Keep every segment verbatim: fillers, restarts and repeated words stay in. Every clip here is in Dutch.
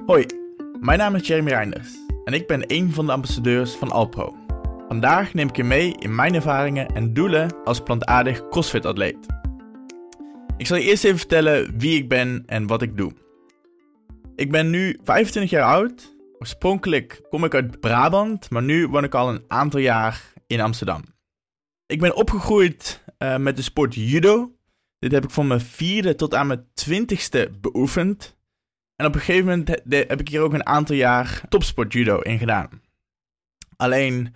Hoi, mijn naam is Jeremy Reinders en ik ben een van de ambassadeurs van Alpro. Vandaag neem ik je mee in mijn ervaringen en doelen als plantaardig CrossFit-atleet. Ik zal je eerst even vertellen wie ik ben en wat ik doe. Ik ben nu vijfentwintig jaar oud. Oorspronkelijk kom ik uit Brabant, maar nu woon ik al een aantal jaar in Amsterdam. Ik ben opgegroeid uh, met de sport judo. Dit heb ik van mijn vierde tot aan mijn twintigste beoefend. En op een gegeven moment heb ik hier ook een aantal jaar topsport judo in gedaan. Alleen,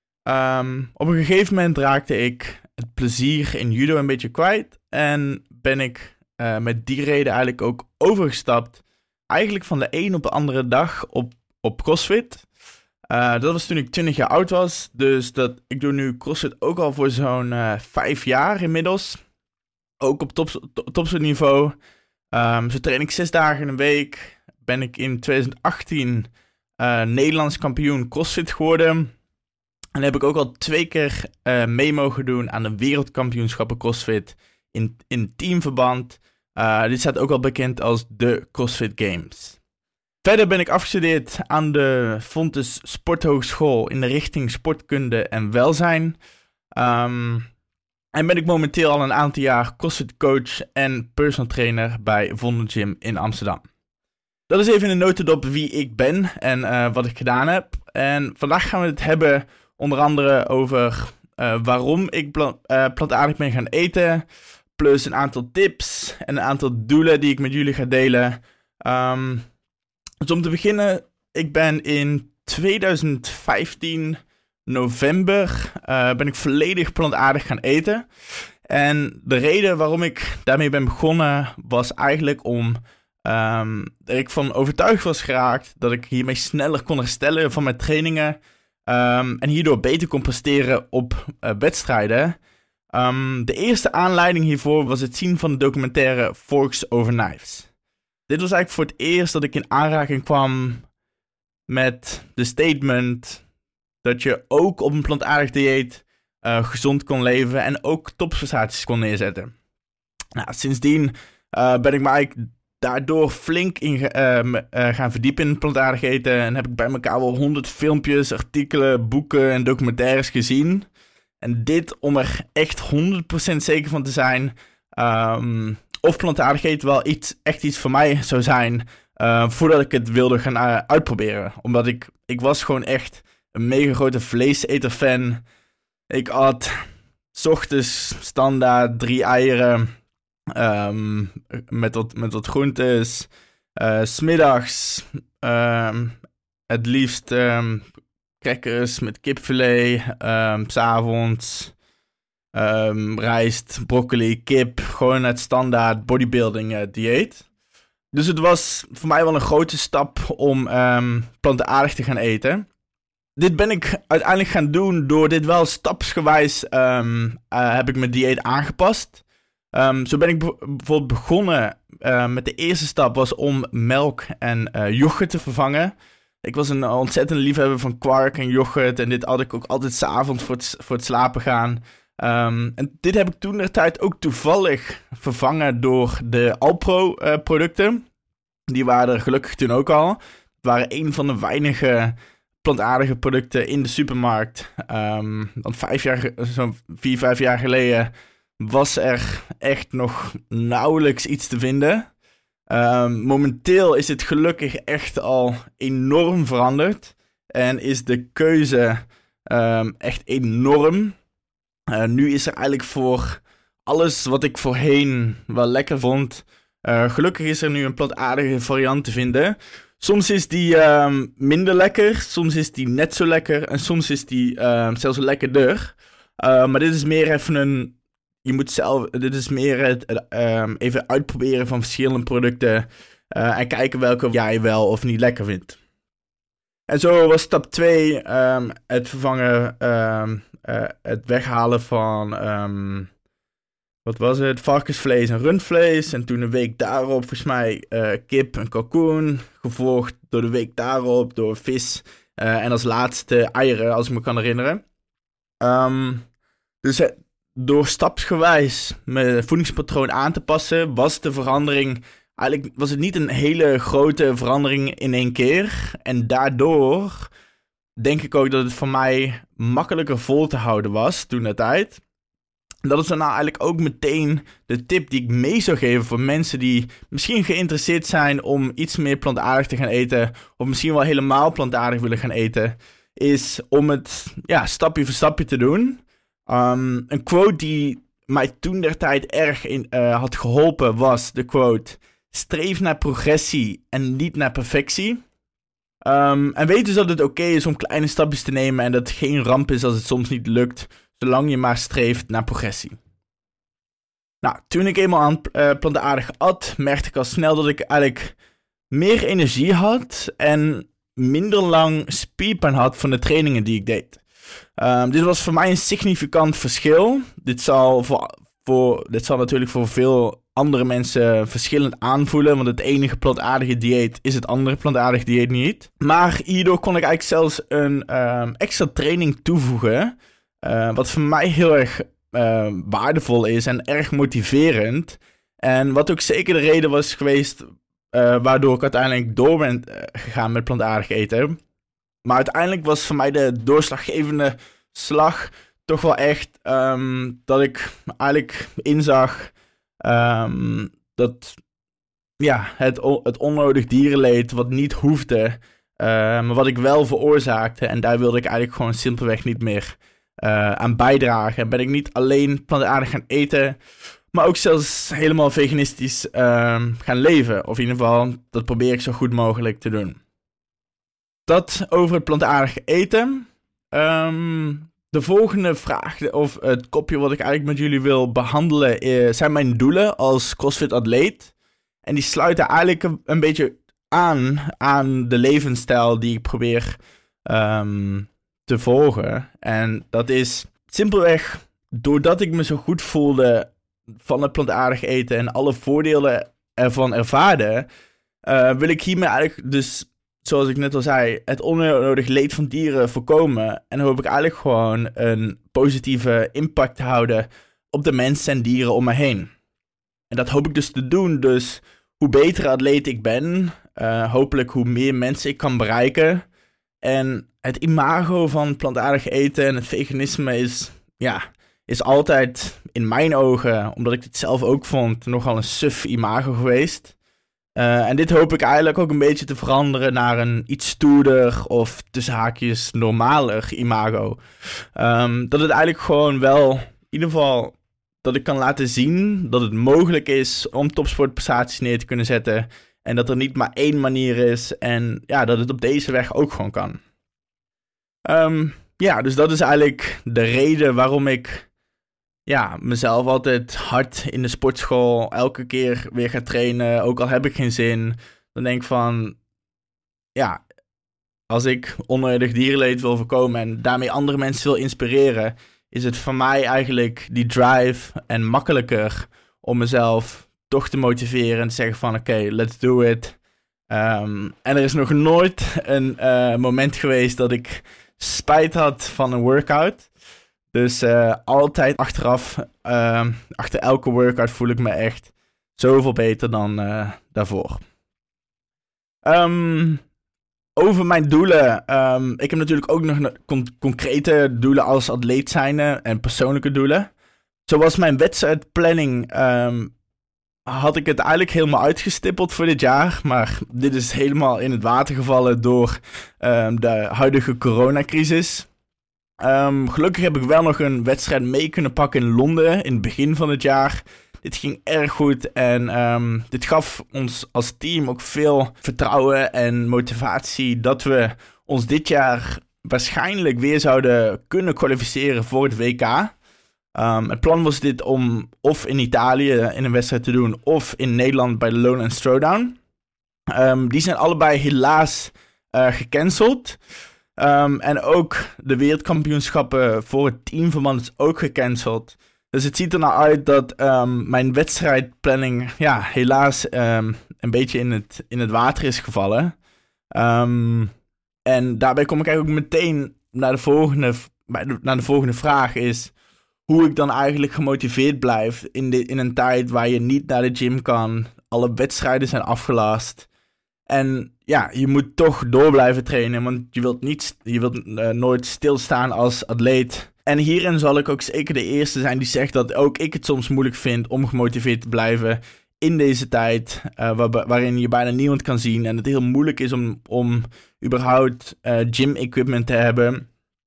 um, op een gegeven moment raakte ik het plezier in judo een beetje kwijt. En ben ik uh, met die reden eigenlijk ook overgestapt. Eigenlijk van de een op de andere dag op, op CrossFit. Uh, dat was toen ik twintig jaar oud was. Dus dat, ik doe nu CrossFit ook al voor zo'n uh, vijf jaar inmiddels. Ook op top, top, topsportniveau. Um, zo train ik zes dagen in een week. Ben ik in twintig achttien uh, Nederlands kampioen CrossFit geworden. En heb ik ook al twee keer uh, mee mogen doen aan de wereldkampioenschappen CrossFit in, in teamverband. Uh, dit staat ook al bekend als de CrossFit Games. Verder ben ik afgestudeerd aan de Fontys Sporthogeschool in de richting sportkunde en welzijn. Um, en ben ik momenteel al een aantal jaar CrossFit coach en personal trainer bij Vondel Gym in Amsterdam. Dat is even in een notendop wie ik ben en uh, wat ik gedaan heb. En vandaag gaan we het hebben onder andere over uh, waarom ik pla- uh, plantaardig ben gaan eten. Plus een aantal tips en een aantal doelen die ik met jullie ga delen. Um, dus om te beginnen, ik ben in twintig vijftien november uh, ben ik volledig plantaardig gaan eten. En de reden waarom ik daarmee ben begonnen was eigenlijk om um, dat ik van overtuigd was geraakt dat ik hiermee sneller kon herstellen van mijn trainingen um, en hierdoor beter kon presteren op uh, wedstrijden. Um, de eerste aanleiding hiervoor was het zien van de documentaire Forks Over Knives. Dit was eigenlijk voor het eerst dat ik in aanraking kwam met de statement dat je ook op een plantaardig dieet uh, gezond kon leven en ook topprestaties kon neerzetten. Nou, sindsdien uh, ben ik me eigenlijk daardoor flink in uh, uh, gaan verdiepen in plantaardig eten en heb ik bij elkaar wel honderd filmpjes, artikelen, boeken en documentaires gezien. En dit om er echt honderd procent zeker van te zijn um, of plantaardig eten wel iets, echt iets voor mij zou zijn uh, voordat ik het wilde gaan uh, uitproberen. Omdat ik, ik was gewoon echt een mega grote vleeseter-fan. Ik at 's ochtends standaard drie eieren um, met, wat, met wat groentes. Uh, 's middags um, het liefst um, crackers met kipfilet. Um, 's avonds um, rijst, broccoli, kip. Gewoon het standaard bodybuilding uh, dieet. Dus het was voor mij wel een grote stap om um, plantaardig te gaan eten. Dit ben ik uiteindelijk gaan doen door dit wel stapsgewijs um, uh, heb ik mijn dieet aangepast. Um, zo ben ik b- bijvoorbeeld begonnen uh, met de eerste stap was om melk en uh, yoghurt te vervangen. Ik was een ontzettende liefhebber van kwark en yoghurt en dit had ik ook altijd 's avonds voor het, voor het slapen gaan. Um, en dit heb ik toen de tijd ook toevallig vervangen door de Alpro uh, producten. Die waren er gelukkig toen ook al. Het waren een van de weinige plantaardige producten in de supermarkt. Um, want vijf jaar, zo'n vier, vijf jaar geleden was er echt nog nauwelijks iets te vinden. Um, momenteel is het gelukkig echt al enorm veranderd. En is de keuze um, echt enorm. Uh, nu is er eigenlijk voor alles wat ik voorheen wel lekker vond. Uh, gelukkig is er nu een plantaardige variant te vinden. Soms is die uh, minder lekker, soms is die net zo lekker en soms is die uh, zelfs lekkerder. Uh, maar dit is meer even een, je moet zelf, dit is meer het uh, even uitproberen van verschillende producten uh, en kijken welke jij wel of niet lekker vindt. En zo was stap twee um, het vervangen, um, uh, het weghalen van, um, wat was het, varkensvlees en rundvlees. En toen een week daarop, volgens mij, uh, kip en kalkoen. Gevolgd door de week daarop door vis. Uh, en als laatste eieren, als ik me kan herinneren. Um, dus uh, door stapsgewijs mijn voedingspatroon aan te passen, was de verandering eigenlijk was het niet een hele grote verandering in één keer. En daardoor denk ik ook dat het voor mij makkelijker vol te houden was toen de tijd. Dat is dan nou eigenlijk ook meteen de tip die ik mee zou geven voor mensen die misschien geïnteresseerd zijn om iets meer plantaardig te gaan eten. Of misschien wel helemaal plantaardig willen gaan eten. Is om het ja, stapje voor stapje te doen. Um, een quote die mij toen der tijd erg in, uh, had geholpen was de quote: streef naar progressie en niet naar perfectie. Um, en weet dus dat het oké okay is om kleine stapjes te nemen en dat het geen ramp is als het soms niet lukt, zolang je maar streeft naar progressie. Nou, toen ik eenmaal aan uh, plantaardig at, merkte ik al snel dat ik eigenlijk meer energie had en minder lang spierpijn had van de trainingen die ik deed. Um, dit was voor mij een significant verschil. Dit zal, voor, voor, dit zal natuurlijk voor veel andere mensen verschillend aanvoelen, want het enige plantaardige dieet is het andere plantaardige dieet niet. Maar hierdoor kon ik eigenlijk zelfs een um, extra training toevoegen, uh, wat voor mij heel erg uh, waardevol is en erg motiverend. En wat ook zeker de reden was geweest uh, waardoor ik uiteindelijk door ben uh, gegaan met plantaardig eten. Maar uiteindelijk was voor mij de doorslaggevende slag toch wel echt um, dat ik eigenlijk inzag um, dat ja, het, het onnodig dierenleed wat niet hoefde, uh, maar wat ik wel veroorzaakte. En daar wilde ik eigenlijk gewoon simpelweg niet meer uh, aan bijdragen. En ben ik niet alleen plantaardig gaan eten, maar ook zelfs helemaal veganistisch uh, gaan leven. Of in ieder geval, dat probeer ik zo goed mogelijk te doen. Dat over het plantaardige eten. Um, de volgende vraag, of het kopje wat ik eigenlijk met jullie wil behandelen, is, zijn mijn doelen als CrossFit-atleet. En die sluiten eigenlijk een, een beetje aan aan de levensstijl die ik probeer um, te volgen. En dat is simpelweg doordat ik me zo goed voelde van het plantaardig eten en alle voordelen ervan ervaarde, uh, wil ik hiermee eigenlijk dus, zoals ik net al zei, het onnodig leed van dieren voorkomen. En hoop ik eigenlijk gewoon een positieve impact te houden op de mensen en dieren om me heen. En dat hoop ik dus te doen. Dus hoe betere atleet ik ben, uh, hopelijk hoe meer mensen ik kan bereiken. En het imago van plantaardig eten en het veganisme is, ja, is altijd in mijn ogen, omdat ik het zelf ook vond, nogal een suf imago geweest. Uh, en dit hoop ik eigenlijk ook een beetje te veranderen naar een iets stoerder of tussen haakjes normaler imago. Um, dat het eigenlijk gewoon wel, in ieder geval, dat ik kan laten zien dat het mogelijk is om topsportprestaties neer te kunnen zetten. En dat er niet maar één manier is en ja, dat het op deze weg ook gewoon kan. Um, ja, dus dat is eigenlijk de reden waarom ik ja, mezelf altijd hard in de sportschool elke keer weer ga trainen. Ook al heb ik geen zin. Dan denk ik van, ja, als ik onnodig dierenleed wil voorkomen en daarmee andere mensen wil inspireren, is het voor mij eigenlijk die drive en makkelijker om mezelf toch te motiveren en te zeggen van oké, okay, let's do it. Um, en er is nog nooit een uh, moment geweest dat ik spijt had van een workout. Dus uh, altijd achteraf, uh, achter elke workout voel ik me echt zoveel beter dan uh, daarvoor. Um, over mijn doelen. Um, ik heb natuurlijk ook nog con- concrete doelen als atleet zijnde en persoonlijke doelen. Zoals mijn wedstrijdplanning um, had ik het eigenlijk helemaal uitgestippeld voor dit jaar. Maar dit is helemaal in het water gevallen door um, de huidige coronacrisis. Um, gelukkig heb ik wel nog een wedstrijd mee kunnen pakken in Londen in het begin van het jaar. Dit ging erg goed en um, dit gaf ons als team ook veel vertrouwen en motivatie dat we ons dit jaar waarschijnlijk weer zouden kunnen kwalificeren voor het W K. Um, het plan was dit om of in Italië in een wedstrijd te doen of in Nederland bij de Lowlands Throwdown. Um, die zijn allebei helaas uh, gecanceld. Um, en ook de wereldkampioenschappen voor het teamverband is ook gecanceld. Dus het ziet er nou uit dat um, mijn wedstrijdplanning ja, helaas um, een beetje in het, in het water is gevallen. Um, en daarbij kom ik eigenlijk ook meteen naar de, volgende, naar de volgende vraag is hoe ik dan eigenlijk gemotiveerd blijf in, de, in een tijd waar je niet naar de gym kan alle wedstrijden zijn afgelast. En ja, je moet toch door blijven trainen, want je wilt, niet, je wilt uh, nooit stilstaan als atleet. En hierin zal ik ook zeker de eerste zijn die zegt dat ook ik het soms moeilijk vind om gemotiveerd te blijven in deze tijd, uh, waar, waarin je bijna niemand kan zien en het heel moeilijk is om, om überhaupt uh, gym equipment te hebben.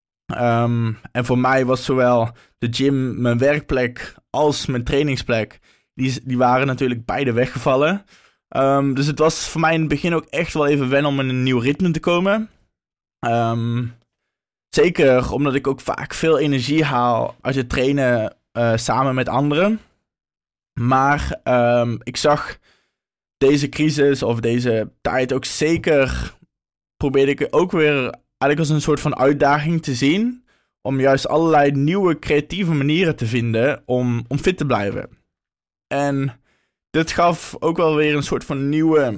Um, en voor mij was zowel de gym mijn werkplek als mijn trainingsplek, die, die waren natuurlijk beide weggevallen. Um, dus het was voor mij in het begin ook echt wel even wennen om in een nieuw ritme te komen. Um, zeker omdat ik ook vaak veel energie haal uit het trainen uh, samen met anderen. Maar um, ik zag deze crisis of deze tijd ook zeker, probeerde ik ook weer eigenlijk als een soort van uitdaging te zien. Om juist allerlei nieuwe creatieve manieren te vinden om, om fit te blijven. En dit gaf ook wel weer een soort van nieuwe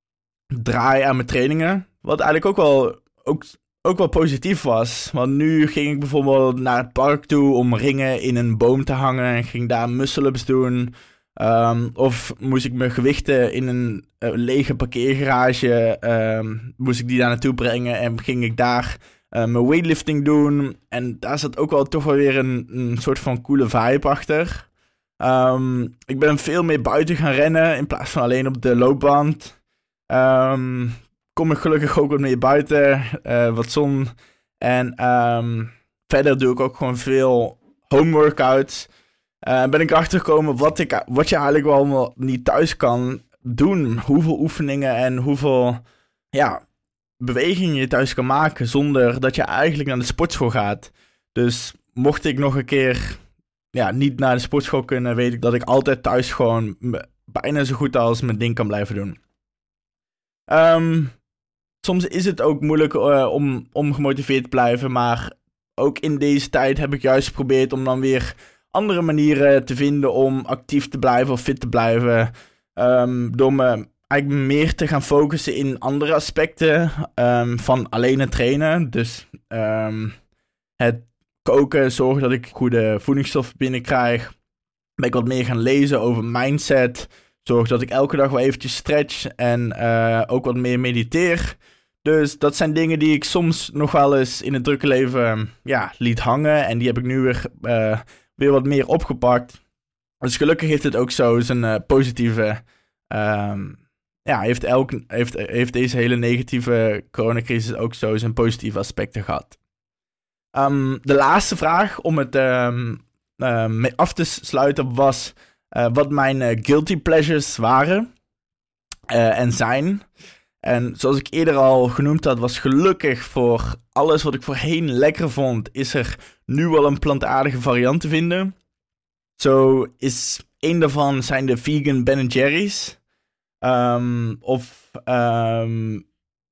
draai aan mijn trainingen. Wat eigenlijk ook wel, ook, ook wel positief was. Want nu ging ik bijvoorbeeld naar het park toe om ringen in een boom te hangen. En ging daar muscle-ups doen. Um, of moest ik mijn gewichten in een uh, lege parkeergarage, um, moest ik die daar naartoe brengen. En ging ik daar uh, mijn weightlifting doen. En daar zat ook wel toch wel weer een, een soort van coole vibe achter. Um, ik ben veel meer buiten gaan rennen in plaats van alleen op de loopband. Um, kom ik gelukkig ook wat meer buiten, uh, wat zon. En um, verder doe ik ook gewoon veel home workouts. Uh, ben ik achtergekomen wat, ik, wat je eigenlijk wel allemaal niet thuis kan doen. Hoeveel oefeningen en hoeveel ja, bewegingen je thuis kan maken zonder dat je eigenlijk naar de sportschool gaat. Dus mocht ik nog een keer ja, niet naar de sportschool kunnen, weet ik dat ik altijd thuis gewoon bijna zo goed als mijn ding kan blijven doen. Um, soms is het ook moeilijk uh, om, om gemotiveerd te blijven, maar ook in deze tijd heb ik juist geprobeerd om dan weer andere manieren te vinden om actief te blijven of fit te blijven. Um, door me eigenlijk meer te gaan focussen in andere aspecten um, van alleen het trainen. Dus um, het koken, zorgen dat ik goede voedingsstoffen binnenkrijg. Ben ik wat meer gaan lezen over mindset. Zorg dat ik elke dag wel eventjes stretch en uh, ook wat meer mediteer. Dus dat zijn dingen die ik soms nog wel eens in het drukke leven ja, liet hangen. En die heb ik nu weer, uh, weer wat meer opgepakt. Dus gelukkig heeft het ook zo zijn uh, positieve... Um, ja, heeft, elk, heeft, heeft deze hele negatieve coronacrisis ook zo zijn positieve aspecten gehad. Um, de laatste vraag om het um, uh, mee af te sluiten was uh, wat mijn uh, guilty pleasures waren uh, en zijn. En zoals ik eerder al genoemd had, was gelukkig voor alles wat ik voorheen lekker vond, is er nu wel een plantaardige variant te vinden. Zo is één daarvan zijn de vegan Ben en Jerry's. Um, of um,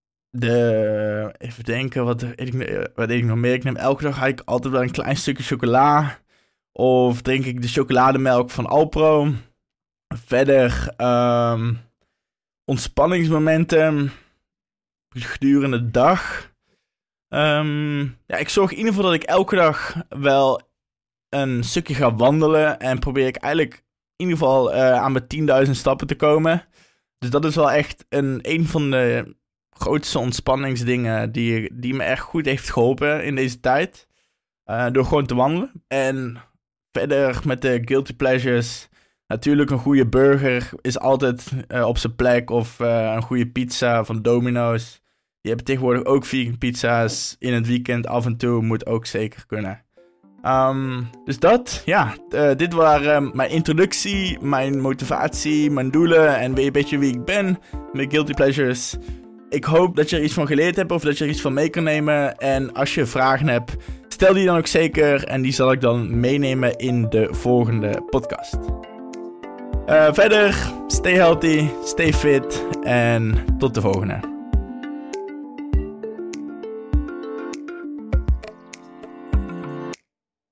de... Even denken, wat eet, ik, wat eet ik nog meer? Ik neem elke dag eigenlijk altijd wel een klein stukje chocola. Of drink ik de chocolademelk van Alpro. Verder um, ontspanningsmomenten gedurende de dag. Um, ja, ik zorg in ieder geval dat ik elke dag wel een stukje ga wandelen. En probeer ik eigenlijk in ieder geval uh, aan mijn tienduizend stappen te komen. Dus dat is wel echt een, een van de grootste ontspanningsdingen die, die me echt goed heeft geholpen in deze tijd. Uh, door gewoon te wandelen. En verder met de guilty pleasures. Natuurlijk een goede burger is altijd uh, op zijn plek. Of uh, een goede pizza van Domino's. Je hebt tegenwoordig ook vegan pizza's. In het weekend af en toe moet ook zeker kunnen. Um, dus dat, ja, uh, dit waren uh, mijn introductie, mijn motivatie, mijn doelen en weer een beetje wie ik ben, mijn guilty pleasures. Ik hoop dat je er iets van geleerd hebt of dat je er iets van mee kan nemen. En als je vragen hebt, stel die dan ook zeker en die zal ik dan meenemen in de volgende podcast. Uh, verder, stay healthy, stay fit en tot de volgende.